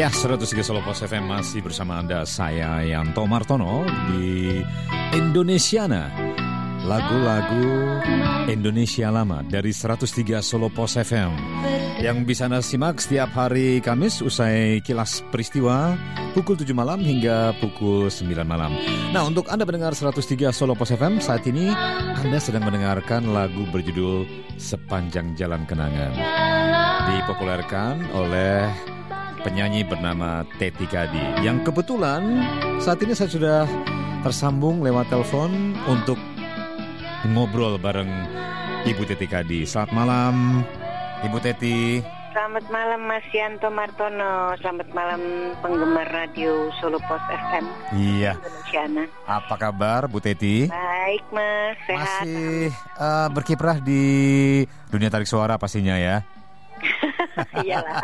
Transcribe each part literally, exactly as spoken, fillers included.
Ya, seratus tiga Solo Pos F M masih bersama Anda. Saya Yanto Martono di Indonesiana. Lagu-lagu Indonesia lama dari seratus tiga Solo Pos F M yang bisa Anda simak setiap hari Kamis usai kilas peristiwa pukul tujuh malam hingga pukul sembilan malam. Nah, untuk Anda mendengar seratus tiga Solo Pos F M saat ini, Anda sedang mendengarkan lagu berjudul Sepanjang Jalan Kenangan, dipopulerkan oleh penyanyi bernama Teti Kadi, yang kebetulan saat ini saya sudah tersambung lewat telepon untuk ngobrol bareng Ibu Teti Kadi. Selamat malam, Ibu Teti. Selamat malam Mas Yanto Martono. Selamat malam penggemar radio Solo Pos F M. Iya. Indonesiana. Apa kabar Bu Teti? Baik Mas, sehat. Masih uh, berkiprah di dunia tarik suara pastinya ya. Iyalah.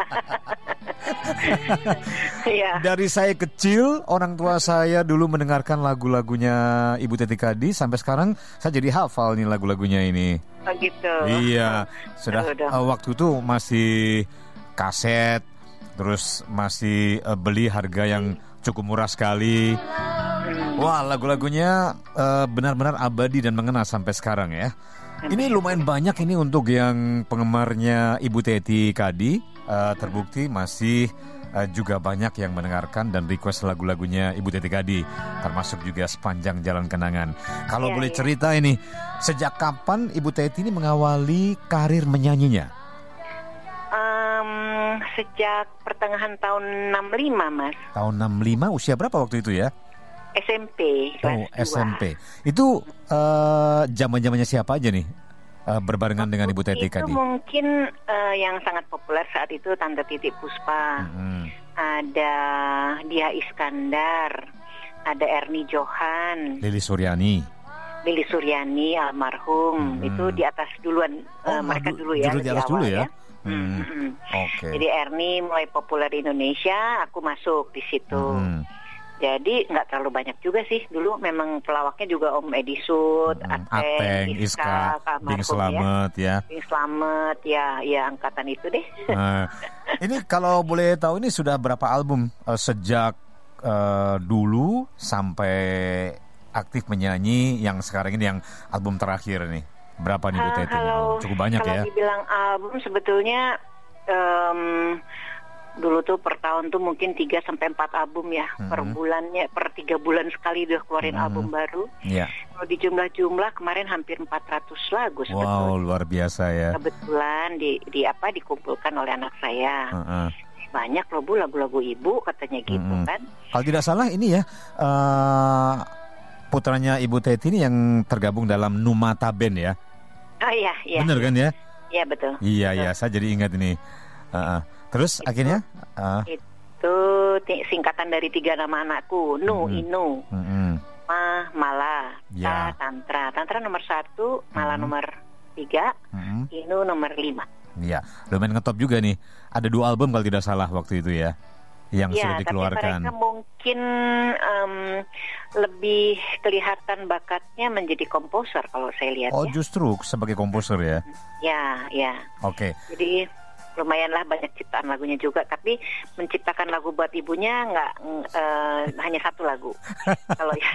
Iya. Dari saya kecil, orang tua saya dulu mendengarkan lagu-lagunya Ibu Teti Kadi. Sampai sekarang saya jadi hafal nih lagu-lagunya ini. Oh gitu. Iya, sudah uh, waktu itu masih kaset, terus masih uh, beli harga yang cukup murah sekali. Wah, lagu-lagunya uh, benar-benar abadi dan mengena sampai sekarang ya. Ini lumayan banyak ini untuk yang penggemarnya Ibu Teti Kadi. Uh, terbukti masih uh, juga banyak yang mendengarkan dan request lagu-lagunya Ibu Teti Kadi, termasuk juga Sepanjang Jalan Kenangan. Kalau ya, boleh ya. cerita ini, sejak kapan Ibu Teti ini mengawali karir menyanyinya? Um, sejak pertengahan tahun enam puluh lima Mas. Tahun enam puluh lima, usia berapa waktu itu ya? S M P. Oh, S M P. Itu uh, zaman-zamannya siapa aja nih? Uh, berbarengan dengan Ibu Teti Kadi. Itu mungkin uh, yang sangat populer saat itu Tante Titiek Puspa, mm-hmm. ada Dia Iskandar, ada Erni Johan, Lili Suryani, Lili Suryani almarhum. Mm-hmm. Itu di atas duluan uh, oh, mereka dulu ya. Dulu di atas dulu ya. ya? Hmm. Mm-hmm. Okay. Jadi Erni mulai populer di Indonesia, aku masuk di situ. Mm-hmm. Jadi nggak terlalu banyak juga sih. Dulu memang pelawaknya juga Om Edi Sud, hmm, Ateng, Ateng, Iska, Iska Bing Slamet ya. Bing Slamet ya, ya angkatan itu deh. Nah, ini kalau boleh tahu ini sudah berapa album uh, sejak uh, dulu sampai aktif menyanyi yang sekarang ini yang album terakhir nih. Berapa nih Bu Teti? Kalau, cukup banyak kalau ya. Kalau dibilang album sebetulnya um, dulu tuh per tahun tuh mungkin tiga sampai empat album ya, hmm. per bulannya, per tiga bulan sekali udah keluarin hmm. album baru. Yeah. Kalau di jumlah-jumlah kemarin hampir empat ratus lagu sebetulnya. Wow, luar biasa ya. Kebetulan di, di apa dikumpulkan oleh anak saya. Uh-uh. Banyak loh Bu lagu-lagu ibu katanya gitu hmm. kan. Kalau tidak salah ini ya, uh, putranya Ibu Teti ini yang tergabung dalam Numata Band ya. Oh iya, iya. Bener kan ya? Iya betul. Iya, betul. iya, saya jadi ingat ini. Uh-uh. Terus itu, akhirnya uh. itu singkatan dari tiga nama anakku, Nu, mm-hmm. Inu, mm-hmm. Ma, Mala, yeah. Ta, Tantra. Tantra nomor satu, Mala mm-hmm. nomor tiga, mm-hmm. Inu nomor lima. Iya, lumayan ngetop juga nih. Ada dua album kalau tidak salah waktu itu ya, yang ya, sudah dikeluarkan. Tapi mereka mungkin um, lebih kelihatan bakatnya menjadi komposer kalau saya lihat. Oh, ya. Justru sebagai komposer ya? Ya, ya. Oke. Okay. Jadi lumayanlah banyak ciptaan lagunya juga, tapi menciptakan lagu buat ibunya nggak uh, hanya satu lagu. Kalau ya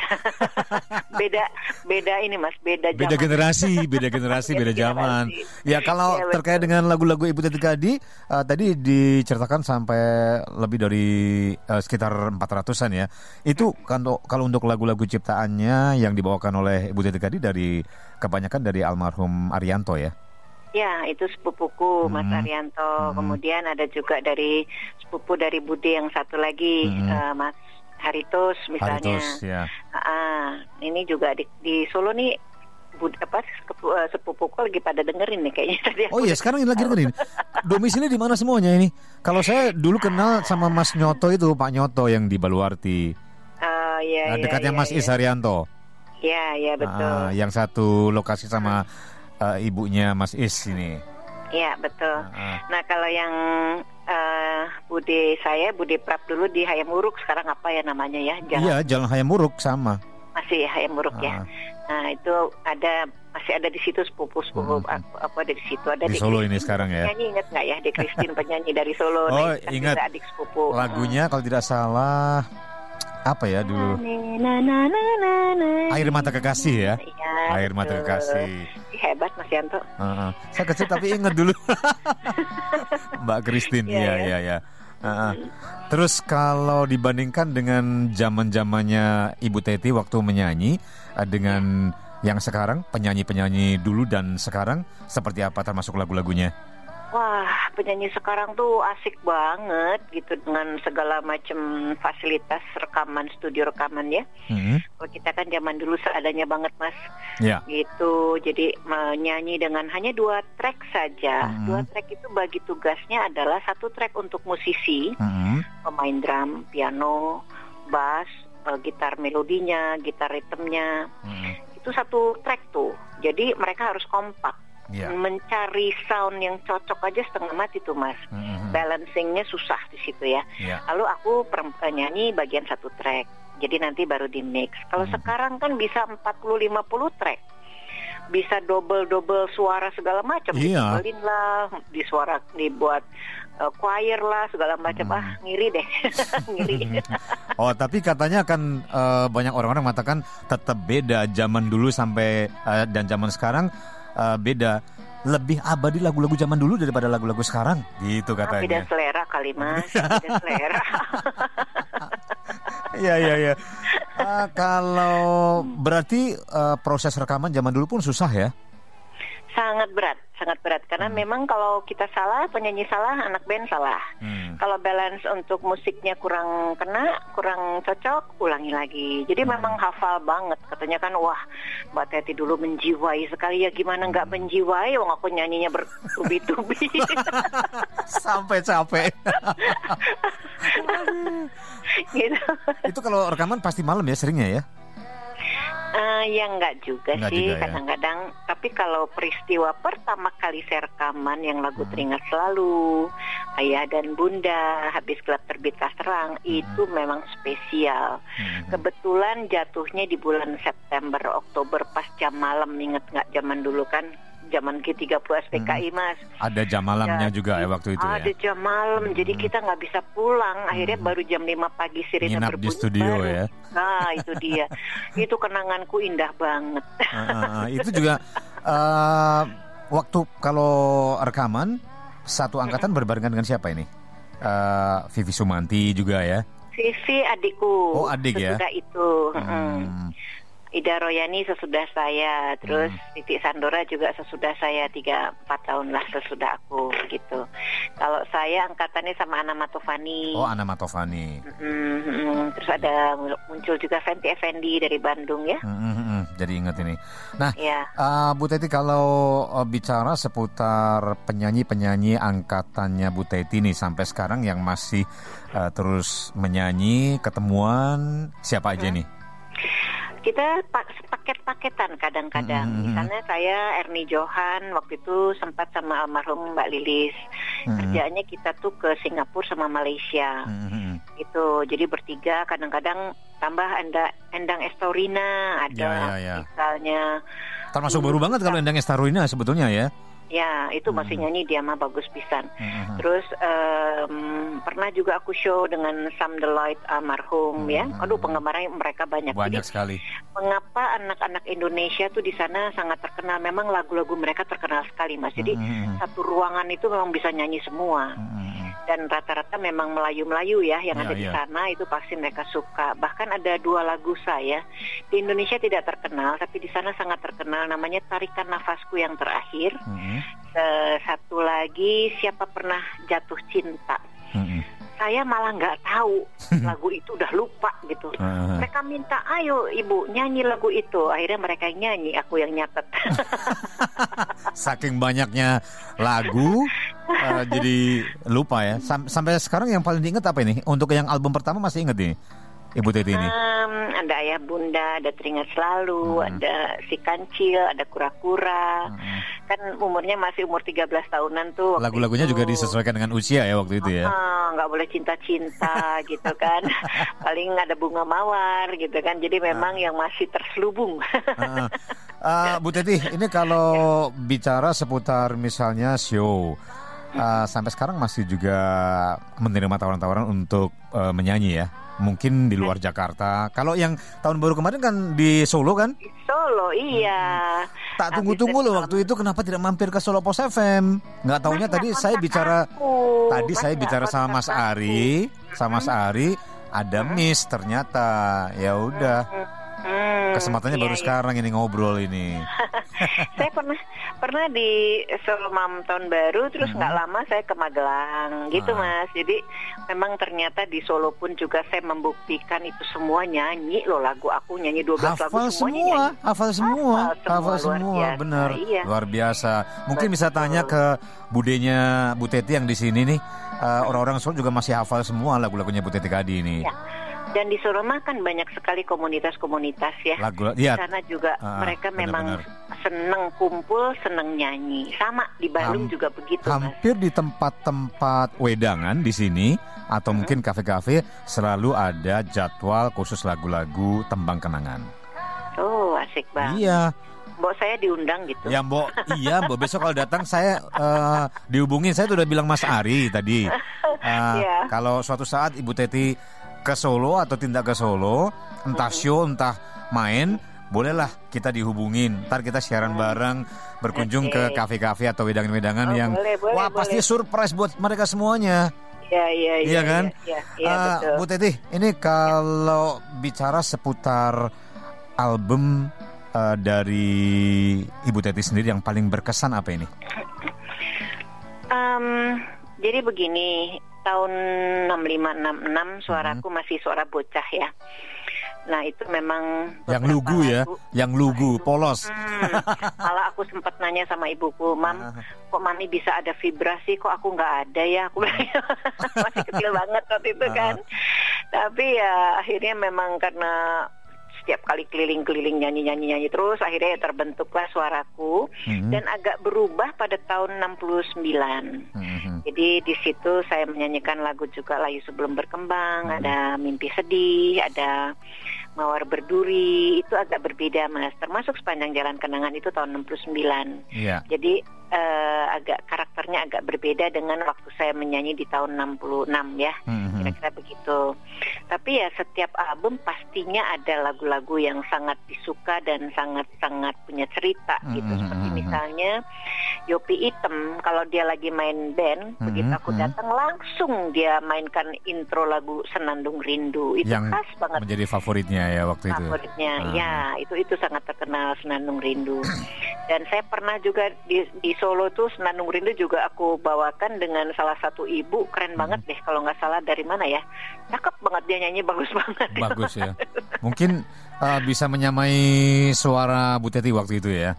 beda beda ini Mas, beda zaman. Beda generasi, beda generasi, beda zaman. Ya kalau ya, terkait dengan lagu-lagu Ibu Teti Kadi uh, tadi diceritakan sampai lebih dari uh, sekitar empat ratusan ya. Itu kan kalau untuk lagu-lagu ciptaannya yang dibawakan oleh Ibu Teti Kadi dari kebanyakan dari almarhum Arianto ya. Ya, itu sepupuku Mas hmm. Arianto. Hmm. Kemudian ada juga dari sepupu dari Bude yang satu lagi, hmm. uh, Mas Haritos misalnya. Haritos, ya. Uh, ini juga di, di Solo nih, Bude, apa uh, sepupuku lagi pada dengerin nih kayaknya tadi. Oh iya, sekarang ini lagi dengerin. Domisili di mana semuanya ini? Kalau saya dulu kenal sama Mas Nyoto itu, Pak Nyoto yang di Baluarti. Uh, iya, uh, dekatnya iya, Mas iya. Is Haryanto. Iya, iya betul. Uh, yang satu lokasi sama Uh, ibunya Mas Is ini. Iya betul. Uh-uh. Nah kalau yang uh, Bude saya, Bude Prap dulu di Hayam Wuruk, sekarang apa ya namanya ya? Jalan... Iya, Jalan Hayam Wuruk sama. Masih Hayam Wuruk uh. ya. Nah itu ada Mas masih ada di situ sepupu-sepupu hmm. aku, aku ada di situ. Ada di Solo ini sekarang ya. Penyanyi ingat nggak ya, Dek Christine penyanyi dari Solo. Oh nah, ingat. Adik sepupu. Lagunya hmm. kalau tidak salah apa ya dulu? Na, na, na, na, na. Air Mata Kekasih ya. Ya Air betul. Mata Kekasih. Hebat Mas Yanto. Uh-uh. Saya kecil tapi ingat dulu. Mbak Christine, iya iya ya. Uh-uh. Terus kalau dibandingkan dengan zaman-zamannya Ibu Teti waktu menyanyi uh, dengan yang sekarang, penyanyi-penyanyi dulu dan sekarang seperti apa termasuk lagu-lagunya? Wah, penyanyi sekarang tuh asik banget gitu dengan segala macam fasilitas rekaman, studio rekaman ya. Mm-hmm. Kalau kita kan zaman dulu seadanya banget Mas. Yeah. Gitu, jadi menyanyi dengan hanya dua track saja. Mm-hmm. Dua track itu bagi tugasnya adalah satu track untuk musisi, mm-hmm. pemain drum, piano, bass, uh, gitar melodinya, gitar ritmenya. Mm-hmm. Itu satu track tuh. Jadi mereka harus kompak. Yeah. Mencari sound yang cocok aja setengah mati tuh Mas. Mm-hmm. Balancingnya susah di situ ya. Yeah. Lalu aku nyanyi bagian satu track. Jadi nanti baru di mix. Kalau mm-hmm. sekarang kan bisa empat puluh lima puluh track. Bisa double-double suara segala macam. Yeah. Dibelin lah, di suara dibuat uh, choir lah segala macam. Mm. Ah, ngiri deh. Ngiri. Oh, tapi katanya kan uh, banyak orang-orang mengatakan tetap beda zaman dulu sampai uh, dan zaman sekarang. Uh, beda, lebih abadi lagu-lagu zaman dulu daripada lagu-lagu sekarang, gitu katanya. Ah, beda selera kali Mas, beda selera. Iya iya iya. Uh, kalau berarti uh, proses rekaman zaman dulu pun susah ya? Sangat berat, sangat berat. Karena hmm. memang kalau kita salah, penyanyi salah, anak band salah. Hmm. Kalau balance untuk musiknya kurang kena, kurang cocok, ulangi lagi. Jadi hmm. memang hafal banget. Katanya kan, wah Mbak Teti dulu menjiwai sekali ya. Gimana nggak menjiwai? Wong aku nyanyinya bertubi-tubi. Sampai capek. Gitu. Itu kalau rekaman pasti malam ya seringnya ya? Uh, ya enggak juga enggak sih juga, kadang-kadang ya? Tapi kalau peristiwa pertama kali saya rekaman yang lagu hmm. Teringat Selalu, Ayah dan Bunda, Habis Gelap Terbitlah Terang, hmm. itu memang spesial. hmm. Kebetulan jatuhnya di bulan September Oktober pas jam malam. Ingat nggak zaman dulu kan, zaman G tiga puluh S P K I hmm. Mas. Ada jam malamnya ya, juga ya waktu itu ada ya. Ada jam malam, hmm. jadi kita nggak bisa pulang. Akhirnya hmm. baru jam lima pagi sirine berbunyi. Nginap di studio baru. Ya. Nah itu dia. Itu kenanganku indah banget. uh, uh, itu juga uh, waktu kalau rekaman satu angkatan berbarengan dengan siapa ini? Uh, Vivi Sumanti juga ya. Vivi adikku. Oh adik ya. Sesudah itu. Hmm. Ida Royani sesudah saya, terus hmm. Titik Sandora juga sesudah saya, tiga empat tahun lah sesudah aku gitu. Kalau saya angkatannya sama Ana Matovani. Oh Ana Matovani. Mm-hmm. Terus ada muncul juga Fenty Effendi dari Bandung ya. Mm-hmm. Jadi ingat ini. Nah, ya. uh, Bu Teti kalau uh, bicara seputar penyanyi-penyanyi angkatannya Bu Teti nih sampai sekarang yang masih uh, terus menyanyi, ketemuan siapa aja hmm. nih? Kita paket-paketan kadang-kadang. Mm-hmm. Misalnya saya Ernie Johan waktu itu sempat sama almarhum Mbak Lilis. Mm-hmm. Kerjaannya kita tuh ke Singapura sama Malaysia. Mm-hmm. Gitu. Jadi bertiga kadang-kadang tambah Enda, Endang Estorina ada ya, ya, ya. Misalnya. Termasuk baru banget kalau Endang Estorina sebetulnya ya. Ya, itu masih hmm. nyanyi dia mah bagus pisan. Hmm. Terus um, pernah juga aku show dengan Sam Deloitte almarhum hmm. ya. Aduh penggemarnya mereka banyak. Banyak jadi, sekali. Mengapa anak-anak Indonesia tuh di sana sangat terkenal? Memang lagu-lagu mereka terkenal sekali Mas. Jadi hmm. satu ruangan itu memang bisa nyanyi semua. Hmm. Dan rata-rata memang Melayu-Melayu ya yang ya, ada di ya. sana itu pasti mereka suka. Bahkan ada dua lagu saya di Indonesia tidak terkenal, tapi di sana sangat terkenal. Namanya Tarikan Nafasku Yang Terakhir. Hmm. Uh, satu lagi Siapa Pernah Jatuh Cinta. Hmm. Saya malah nggak tahu lagu itu, udah lupa gitu. Uh. Mereka minta, ayo ibu nyanyi lagu itu. Akhirnya mereka yang nyanyi, aku yang nyatet. Saking banyaknya lagu, uh, jadi lupa ya. Sam- sampai sekarang yang paling diingat apa ini? Untuk yang album pertama masih ingat ini? Ibu Teti ini? Um, ada Ayah Bunda, ada Teringat Selalu, hmm. ada Si Kancil, ada Kura-Kura. Hmm. Kan umurnya masih umur tiga belas tahunan tuh. Lagu-lagunya itu juga disesuaikan dengan usia ya waktu itu ya? Uh, gak boleh cinta-cinta gitu kan. Paling ada Bunga Mawar gitu kan. Jadi memang uh. yang masih terselubung. uh. Uh, Bu Teti, ini kalau bicara seputar misalnya show, uh, sampai sekarang masih juga menerima tawaran-tawaran untuk uh, menyanyi ya? Mungkin di luar Jakarta. Kalau yang tahun baru kemarin kan di Solo kan? Di Solo, iya. Hmm. Tak tunggu-tunggu loh waktu itu kenapa tidak mampir ke Solo Pos F M? Nggak taunya tadi saya bicara, aku. tadi Mas saya bicara sama Mas Ari, sama Mas Ari, ada miss ternyata. Ya udah. Hmm, Kesempatannya iya, baru iya. sekarang ini ngobrol ini. Saya pernah pernah di Solo Mam tahun baru, terus nggak hmm. lama saya ke Magelang, gitu ah. Mas. Jadi memang ternyata di Solo pun juga saya membuktikan itu semua nyanyi loh, lagu aku nyanyi dua belas lagu semuanya semua, nyanyi. Hafal semua, hafal semua, semua benar, iya. luar biasa. Mungkin Betul. bisa tanya ke budenya Bu Teti yang di sini nih, uh, orang-orang Solo juga masih hafal semua lagu-lagunya Bu Teti Kadi ini. Ya. Dan di Solo kan banyak sekali komunitas-komunitas ya. Lagu, ya. Karena juga uh, mereka memang benar. seneng kumpul, seneng nyanyi. Sama di Bandung Ham, juga begitu. Hampir Mas. Di tempat-tempat wedangan di sini atau hmm. mungkin kafe-kafe selalu ada jadwal khusus lagu-lagu tembang kenangan. Oh, asik banget. Iya. Mbok saya diundang gitu. Ya Mbok, iya Mbok besok kalau datang saya uh, dihubungin. Saya sudah bilang Mas Ari tadi. Uh, yeah. Kalau suatu saat Ibu Teti ke Solo atau tindak ke Solo, entah show, entah main, bolehlah kita dihubungin. Ntar kita siaran bareng, berkunjung okay. ke kafe-kafe atau wedangan-wedangan oh, yang boleh, boleh, wah boleh. Pasti surprise buat mereka semuanya. Iya, iya, iya. Iya kan? Iya, iya, uh, betul. Bu Teti, ini kalau ya. bicara seputar album uh, dari Ibu Teti sendiri yang paling berkesan apa ini? Um, jadi begini. Tahun enam lima enam enam suaraku hmm. masih suara bocah ya. Nah itu memang yang lugu ya, lagu, yang lugu, nah, polos. Hmm, malah aku sempat nanya sama ibuku, Mam, kok Mami bisa ada vibrasi, kok aku nggak ada ya? Aku masih kecil banget waktu itu kan. Tapi ya akhirnya memang karena setiap kali keliling-keliling nyanyi-nyanyi-nyanyi terus, akhirnya ya terbentuklah suaraku mm-hmm. dan agak berubah pada tahun enam puluh sembilan. Mm-hmm. Jadi di situ saya menyanyikan lagu juga Layu Sebelum Berkembang, mm-hmm. ada Mimpi Sedih, ada Mawar Berduri, itu agak berbeda Mas. Termasuk Sepanjang Jalan Kenangan itu tahun enam puluh sembilan. Yeah. Jadi uh, agak karakternya agak berbeda dengan waktu saya menyanyi di tahun enam puluh enam ya. Mm-hmm. Kira-kira begitu. Tapi ya setiap album pastinya ada lagu-lagu yang sangat disuka dan sangat-sangat punya cerita gitu. Mm-hmm. Seperti misalnya Yopi Item, kalau dia lagi main band, mm-hmm. begitu aku datang langsung dia mainkan intro lagu Senandung Rindu. Itu yang khas banget. Menjadi favoritnya ya waktu itu. Favoritnya, ah. ya itu itu sangat terkenal Senandung Rindu. Dan saya pernah juga di, di Solo tuh Senandung Rindu juga aku bawakan dengan salah satu ibu, keren hmm. banget deh kalau nggak salah dari mana ya, cakep banget dia nyanyi, bagus banget. Bagus ya. Mungkin uh, bisa menyamai suara Bu Teti waktu itu ya.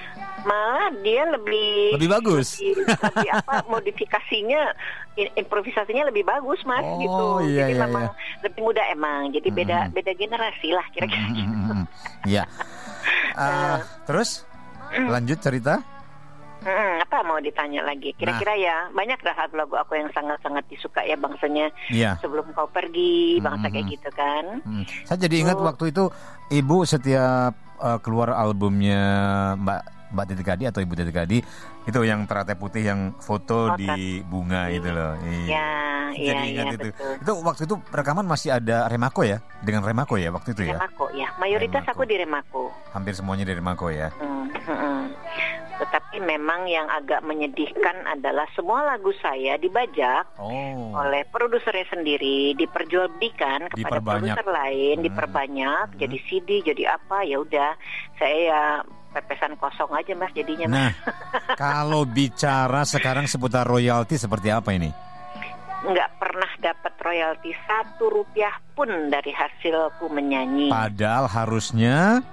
Malah dia lebih lebih bagus, lebih, lebih apa modifikasinya, improvisasinya lebih bagus Mas oh, gitu. Iya, jadi iya, memang iya. lebih muda emang. Jadi mm-hmm. beda beda generasi lah kira-kira. Mm-hmm. gitu. Ya. Uh, uh, terus lanjut cerita. Hmm, apa mau ditanya lagi? Kira-kira nah. ya banyak dah lagu-lagu aku yang sangat-sangat disuka ya, bangsanya yeah. Sebelum Kau Pergi, bangsa mm-hmm. kayak gitu kan. Hmm. Saya jadi ingat oh. waktu itu Ibu setiap uh, keluar albumnya Mbak Mbak Teti Kadi atau Ibu Teti Kadi itu yang teratai putih yang foto oh, di bunga iya. itu loh. Iya, iya, jadi ingat iya, itu. Betul. Itu waktu itu rekaman masih ada Remako ya? Dengan Remako ya waktu itu ya? Remako ya. Mayoritas Remako. Aku di Remako. Hampir semuanya di Remako ya. Hmm, hmm, hmm. Tetapi memang yang agak menyedihkan adalah semua lagu saya dibajak oh. oleh produsernya sendiri, diperjualbelikan kepada produser lain, hmm. diperbanyak, hmm. jadi C D, jadi apa, ya udah saya ya pepesan kosong aja Mas jadinya. Nah, kalau bicara sekarang seputar royalti seperti apa ini? Nggak pernah dapat royalti satu rupiah pun dari hasilku menyanyi. Padahal harusnya.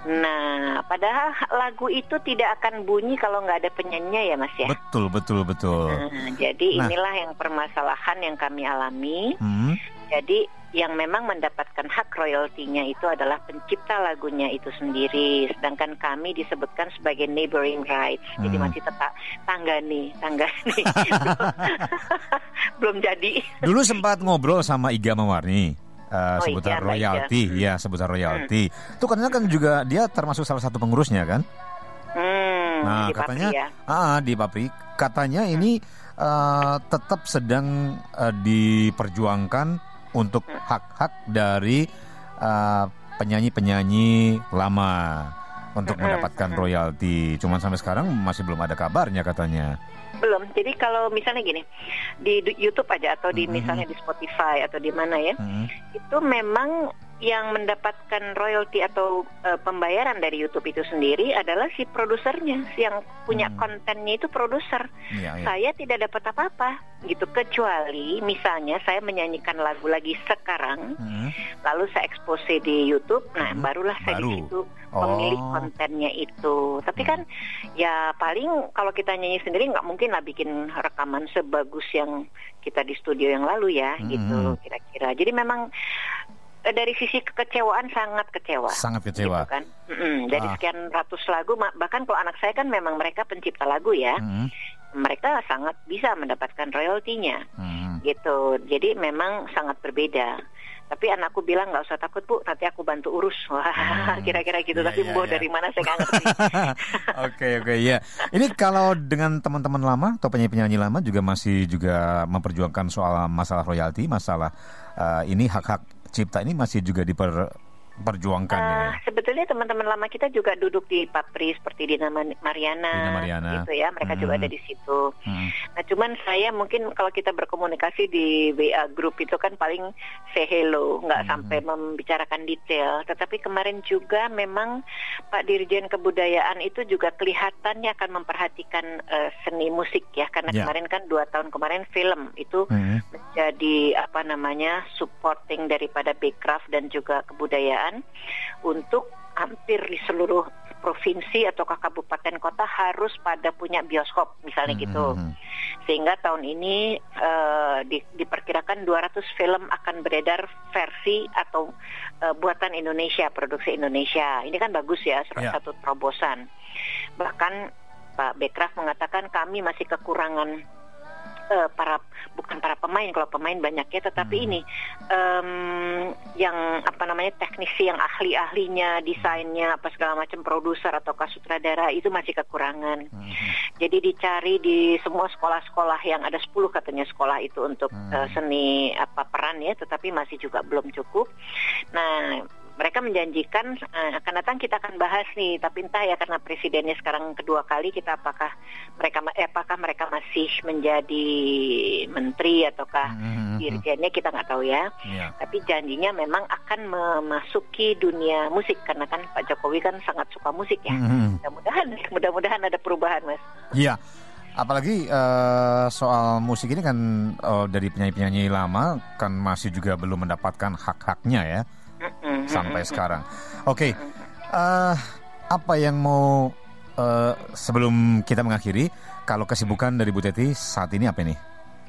Nah, padahal lagu itu tidak akan bunyi kalau nggak ada penyanyinya ya Mas ya. Betul, betul, betul. Nah, jadi nah. inilah yang permasalahan yang kami alami. Hmm. Jadi yang memang mendapatkan hak royaltinya itu adalah pencipta lagunya itu sendiri, sedangkan kami disebutkan sebagai neighboring rights. Hmm. Jadi masih tetap tangga nih, tangga nih. belum, belum jadi. Dulu sempat ngobrol sama Iga Mawarni. uh, oh, seputar Ija, royalti, hmm. ya seputar royalti. Itu hmm. katanya kan juga dia termasuk salah satu pengurusnya kan? Hmm, nah di katanya, Papri, ya? ah di Papri katanya hmm. ini uh, tetap sedang uh, diperjuangkan untuk hmm. hak-hak dari uh, penyanyi-penyanyi lama untuk hmm. mendapatkan hmm. royalti. Cuman sampai sekarang masih belum ada kabarnya katanya. Belum. Jadi kalau misalnya gini, di YouTube aja atau di mm-hmm. misalnya di Spotify atau di mana ya, mm-hmm. itu memang yang mendapatkan royalti atau uh, pembayaran dari YouTube itu sendiri adalah si produsernya, yang punya hmm. kontennya itu produser. Ya, ya. Saya tidak dapat apa-apa gitu, kecuali misalnya saya menyanyikan lagu lagi sekarang, hmm. lalu saya expose di YouTube, nah hmm. barulah saya Baru. di situ pemilik oh. kontennya itu. Tapi hmm. kan ya paling kalau kita nyanyi sendiri nggak mungkin lah bikin rekaman sebagus yang kita di studio yang lalu ya, hmm. gitu kira-kira. Jadi memang dari sisi kekecewaan sangat kecewa. Sangat kecewa. Gitu kan? Mm-mm. Dari ah. sekian ratus lagu, bahkan kalau anak saya kan memang mereka pencipta lagu ya, mm. mereka sangat bisa mendapatkan royaltinya, mm. gitu. Jadi memang sangat berbeda. Tapi anakku bilang nggak usah takut Bu, nanti aku bantu urus. Wah, hmm. kira-kira gitu. Yeah, Tapi yeah, boh yeah. dari mana saya nggak ngerti. Oke oke ya. Ini kalau dengan teman-teman lama atau penyanyi-penyanyi lama juga masih juga memperjuangkan soal masalah royalti, masalah uh, ini hak-hak cipta ini masih juga diperjuangkan uh, ya. Sebetulnya teman-teman lama kita juga duduk di Papri seperti Dina Mariana, Dina Mariana. gitu ya. Mereka hmm. juga ada di situ. Hmm. Nah, cuman saya mungkin kalau kita berkomunikasi di W A group itu kan paling say hello, nggak hmm. sampai membicarakan detail. Tetapi kemarin juga memang Pak Dirjen Kebudayaan itu juga kelihatannya akan memperhatikan uh, seni musik ya, karena yeah. kemarin kan dua tahun kemarin film itu hmm. menjadi apa namanya supporting daripada Bekraf dan juga kebudayaan untuk hampir di seluruh provinsi atau kabupaten kota harus pada punya bioskop misalnya mm-hmm. gitu. Sehingga tahun ini uh, di, diperkirakan dua ratus film akan beredar versi atau uh, buatan Indonesia, produksi Indonesia. Ini kan bagus ya, yeah. satu terobosan. Bahkan Pak Bekraf mengatakan kami masih kekurangan Uh, para bukan para pemain, kalau pemain banyak ya, tetapi hmm. ini um, yang apa namanya teknisi yang ahli-ahlinya, desainnya apa segala macam, produser atau sutradara itu masih kekurangan. Hmm. Jadi dicari di semua sekolah-sekolah yang ada sepuluh katanya sekolah itu untuk hmm. uh, seni apa peran ya, tetapi masih juga belum cukup. Nah, mereka menjanjikan uh, akan datang kita akan bahas nih, tapi entah ya karena presidennya sekarang kedua kali, kita apakah mereka eh, apakah mereka masih menjadi menteri ataukah mm-hmm. dirjennya kita nggak tahu ya. Yeah. Tapi janjinya memang akan memasuki dunia musik karena kan Pak Jokowi kan sangat suka musik ya. Mm-hmm. Mudah-mudahan mudah-mudahan ada perubahan, Mas. Iya. Yeah. Apalagi uh, soal musik ini kan uh, dari penyanyi-penyanyi lama kan masih juga belum mendapatkan hak-haknya ya. Mm-hmm. Sampai sekarang. Oke, okay. uh, apa yang mau uh, sebelum kita mengakhiri, kalau kesibukan dari Bu Teti saat ini apa nih?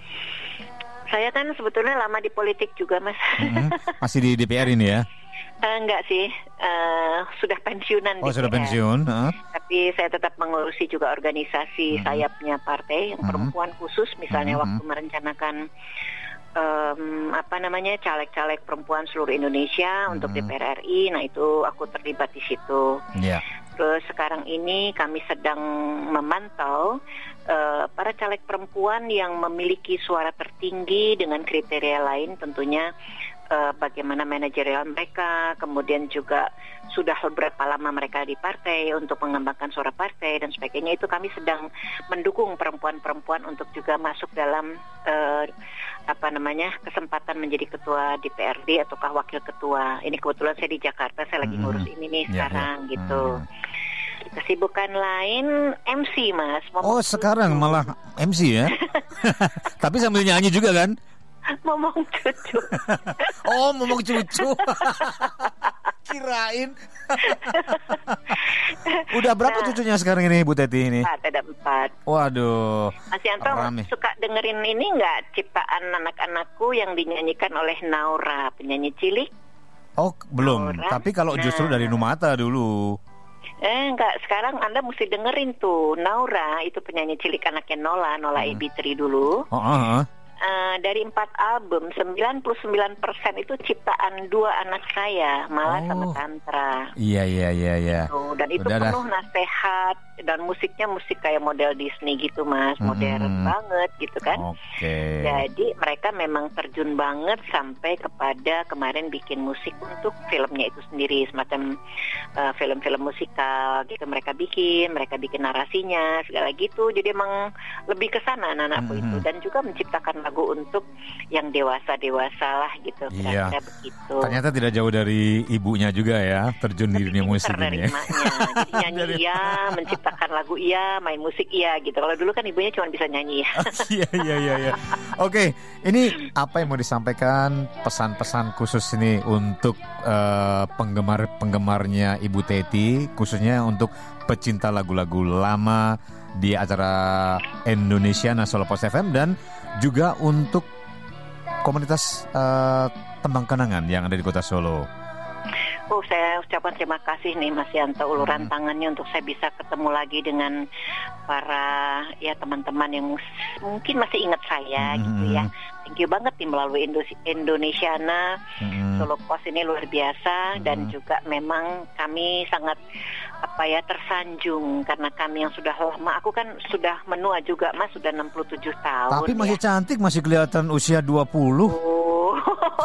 Saya kan sebetulnya lama di politik juga, Mas. Mm-hmm. Masih di D P R ini ya? Uh, enggak sih, uh, sudah pensiunan. Oh, D P R. Sudah pensiun. Uh. Tapi saya tetap mengurusi juga organisasi mm-hmm. sayapnya partai yang mm-hmm. perempuan khusus, misalnya mm-hmm. waktu merencanakan Um, apa namanya caleg-caleg perempuan seluruh Indonesia hmm. untuk D P R R I, nah itu aku terlibat di situ. Yeah. Terus sekarang ini kami sedang memantau uh, para caleg perempuan yang memiliki suara tertinggi dengan kriteria lain, tentunya uh, bagaimana manajerial mereka, kemudian juga sudah beberapa lama mereka di partai untuk mengembangkan suara partai dan sebagainya. Itu kami sedang mendukung perempuan-perempuan untuk juga masuk dalam uh, apa namanya kesempatan menjadi ketua D P R D ataukah wakil ketua. Ini kebetulan saya di Jakarta, saya lagi ngurus ini nih yeah, sekarang yeah. gitu. Hmm. Kesibukan lain M C, Mas. Oh, sekarang cucu. Malah M C ya? Tapi sambil nyanyi juga kan? Ngomong cucu. Oh, ngomong cucu. Kirain. Udah berapa nah, cucunya sekarang ini Bu Teti ini? Empat, ada empat. Waduh. Mas Yanto suka dengerin ini nggak ciptaan anak-anakku yang dinyanyikan oleh Naura, penyanyi cilik? Oh, belum. Naura. Tapi kalau justru nah. dari Numata dulu. Eh enggak, sekarang Anda mesti dengerin tuh Naura, itu penyanyi cilik anaknya Nola, Nola hmm. Ebitri dulu. Oh, uh-huh. uh, dari empat album sembilan puluh sembilan persen itu ciptaan dua anak saya, malah Oh. sama Tantra. Iya, iya, iya, iya. Tuh, dan itu Udah dah. penuh nasihat dan musiknya musik kayak model Disney gitu Mas, modern Mm-mm. banget gitu kan. Oke. Jadi mereka memang terjun banget sampai kepada kemarin bikin musik untuk filmnya itu sendiri, semacam uh, film-film musikal gitu mereka bikin, mereka bikin narasinya segala gitu. Jadi emang lebih ke sana anak-anakku Mm-hmm. itu, dan juga menciptakan lagu untuk yang dewasa-dewasa lah gitu. Iya. Kira-kira begitu. Ternyata tidak jauh dari ibunya juga ya, terjun di Tapi dunia musik pinter dari ini ya. emaknya. Jadi nyanyi Dari- iya, menciptakan lagu iya, main musik iya gitu. Kalau dulu kan ibunya cuma bisa nyanyi ya. Iya, iya, iya, iya. Oke, ini apa yang mau disampaikan, pesan-pesan khusus ini untuk eh, penggemar-penggemarnya Ibu Teti, khususnya untuk pecinta lagu-lagu lama di acara Indonesiana Solo Pos F M, dan juga untuk komunitas eh, Tembang Kenangan yang ada di Kota Solo. Oh, saya ucapkan terima kasih nih Mas Yanto, uluran tangannya untuk saya bisa ketemu lagi dengan para ya teman-teman yang mus- mungkin masih ingat saya Hmm. gitu ya. Thank you banget nih melalui Indo- Indonesiana Hmm. Solo Pos ini luar biasa, dan juga memang kami sangat apa ya tersanjung karena kami yang sudah lama, aku kan sudah menua juga Mas, sudah enam puluh tujuh tahun. Tapi masih ya. cantik, masih kelihatan usia dua puluh. Oh.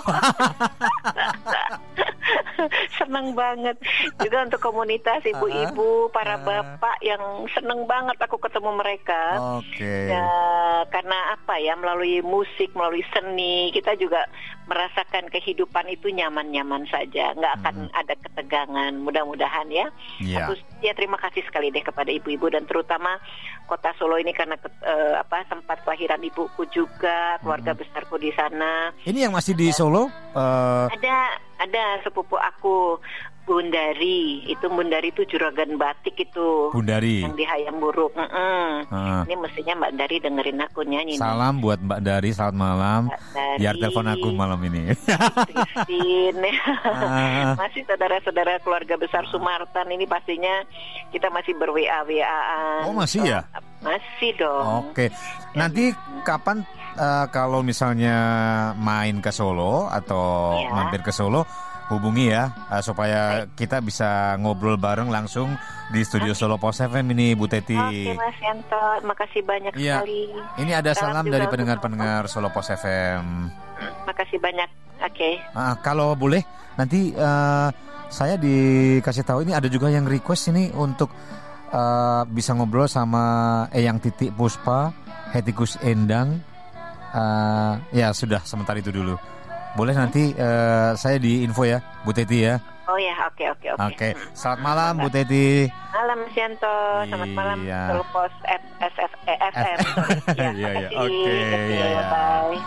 Seneng banget juga untuk komunitas ibu-ibu, para bapak yang seneng banget aku ketemu mereka. Oke. Ya, karena apa ya, melalui musik, melalui seni, kita juga merasakan kehidupan itu nyaman-nyaman saja, nggak akan ada ketegangan. Mudah-mudahan ya. Iya. Terus ya terima kasih sekali deh kepada ibu-ibu, dan terutama Kota Solo ini karena eh, apa tempat kelahiran ibuku juga, keluarga besarku di sana. Ini yang masih di Solo? eh, Ada ada sepupu aku, Bundari. Itu Bundari itu juragan batik itu. Bundari. Yang di Hayam Buruk. Mm-mm. Ah. Ini mestinya Mbak Dari dengerin aku nyanyi. nih. Salam buat Mbak Dari, selamat malam. Mbak Dari. Biar telepon aku malam ini. Christine. Ah. Masih saudara-saudara keluarga besar Sumartan ini pastinya kita masih ber-W A W A-an. Oh, masih ya? Masih dong. Oke. Nanti kapan eh, kalau misalnya main ke Solo atau Ya. mampir ke Solo, hubungi ya eh, supaya kita bisa ngobrol bareng langsung di studio Solo Pos F M ini, Bu Teti. Oke Mas Yanto, makasih banyak Iya. sekali. Ini ada Salam salam juga dari untuk pendengar-pendengar Solo Pos F M. Makasih banyak. Oke. Ah, kalau boleh nanti eh, saya dikasih tahu, ini ada juga yang request ini untuk eh, bisa ngobrol sama Eyang Titik Puspa, Hetikus Endang. Eh, ya sudah, sementara itu dulu. Boleh nanti eh, saya di info ya, Bu Teti ya. Oh ya, oke oke oke. Oke, selamat malam Bu Teti. Malam Mas Yanto, selamat malam Iya. Solo Pos F S F E F M. Iya, iya, makasih. oke, Oke, iya, iya. bye.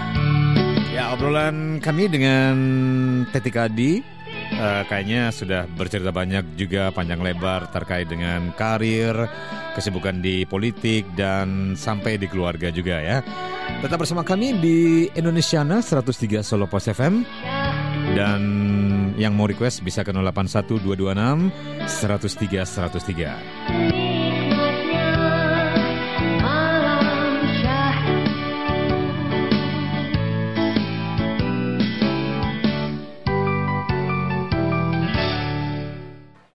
Ya, obrolan kami dengan Teti Kadi eh, kayaknya sudah bercerita banyak juga panjang lebar terkait dengan karir, kesibukan di politik, dan sampai di keluarga juga ya. Tetap bersama kami di Indonesiana seratus tiga Solo Pos F M. Dan yang mau request bisa ke nol delapan satu dua dua enam satu nol tiga satu nol tiga.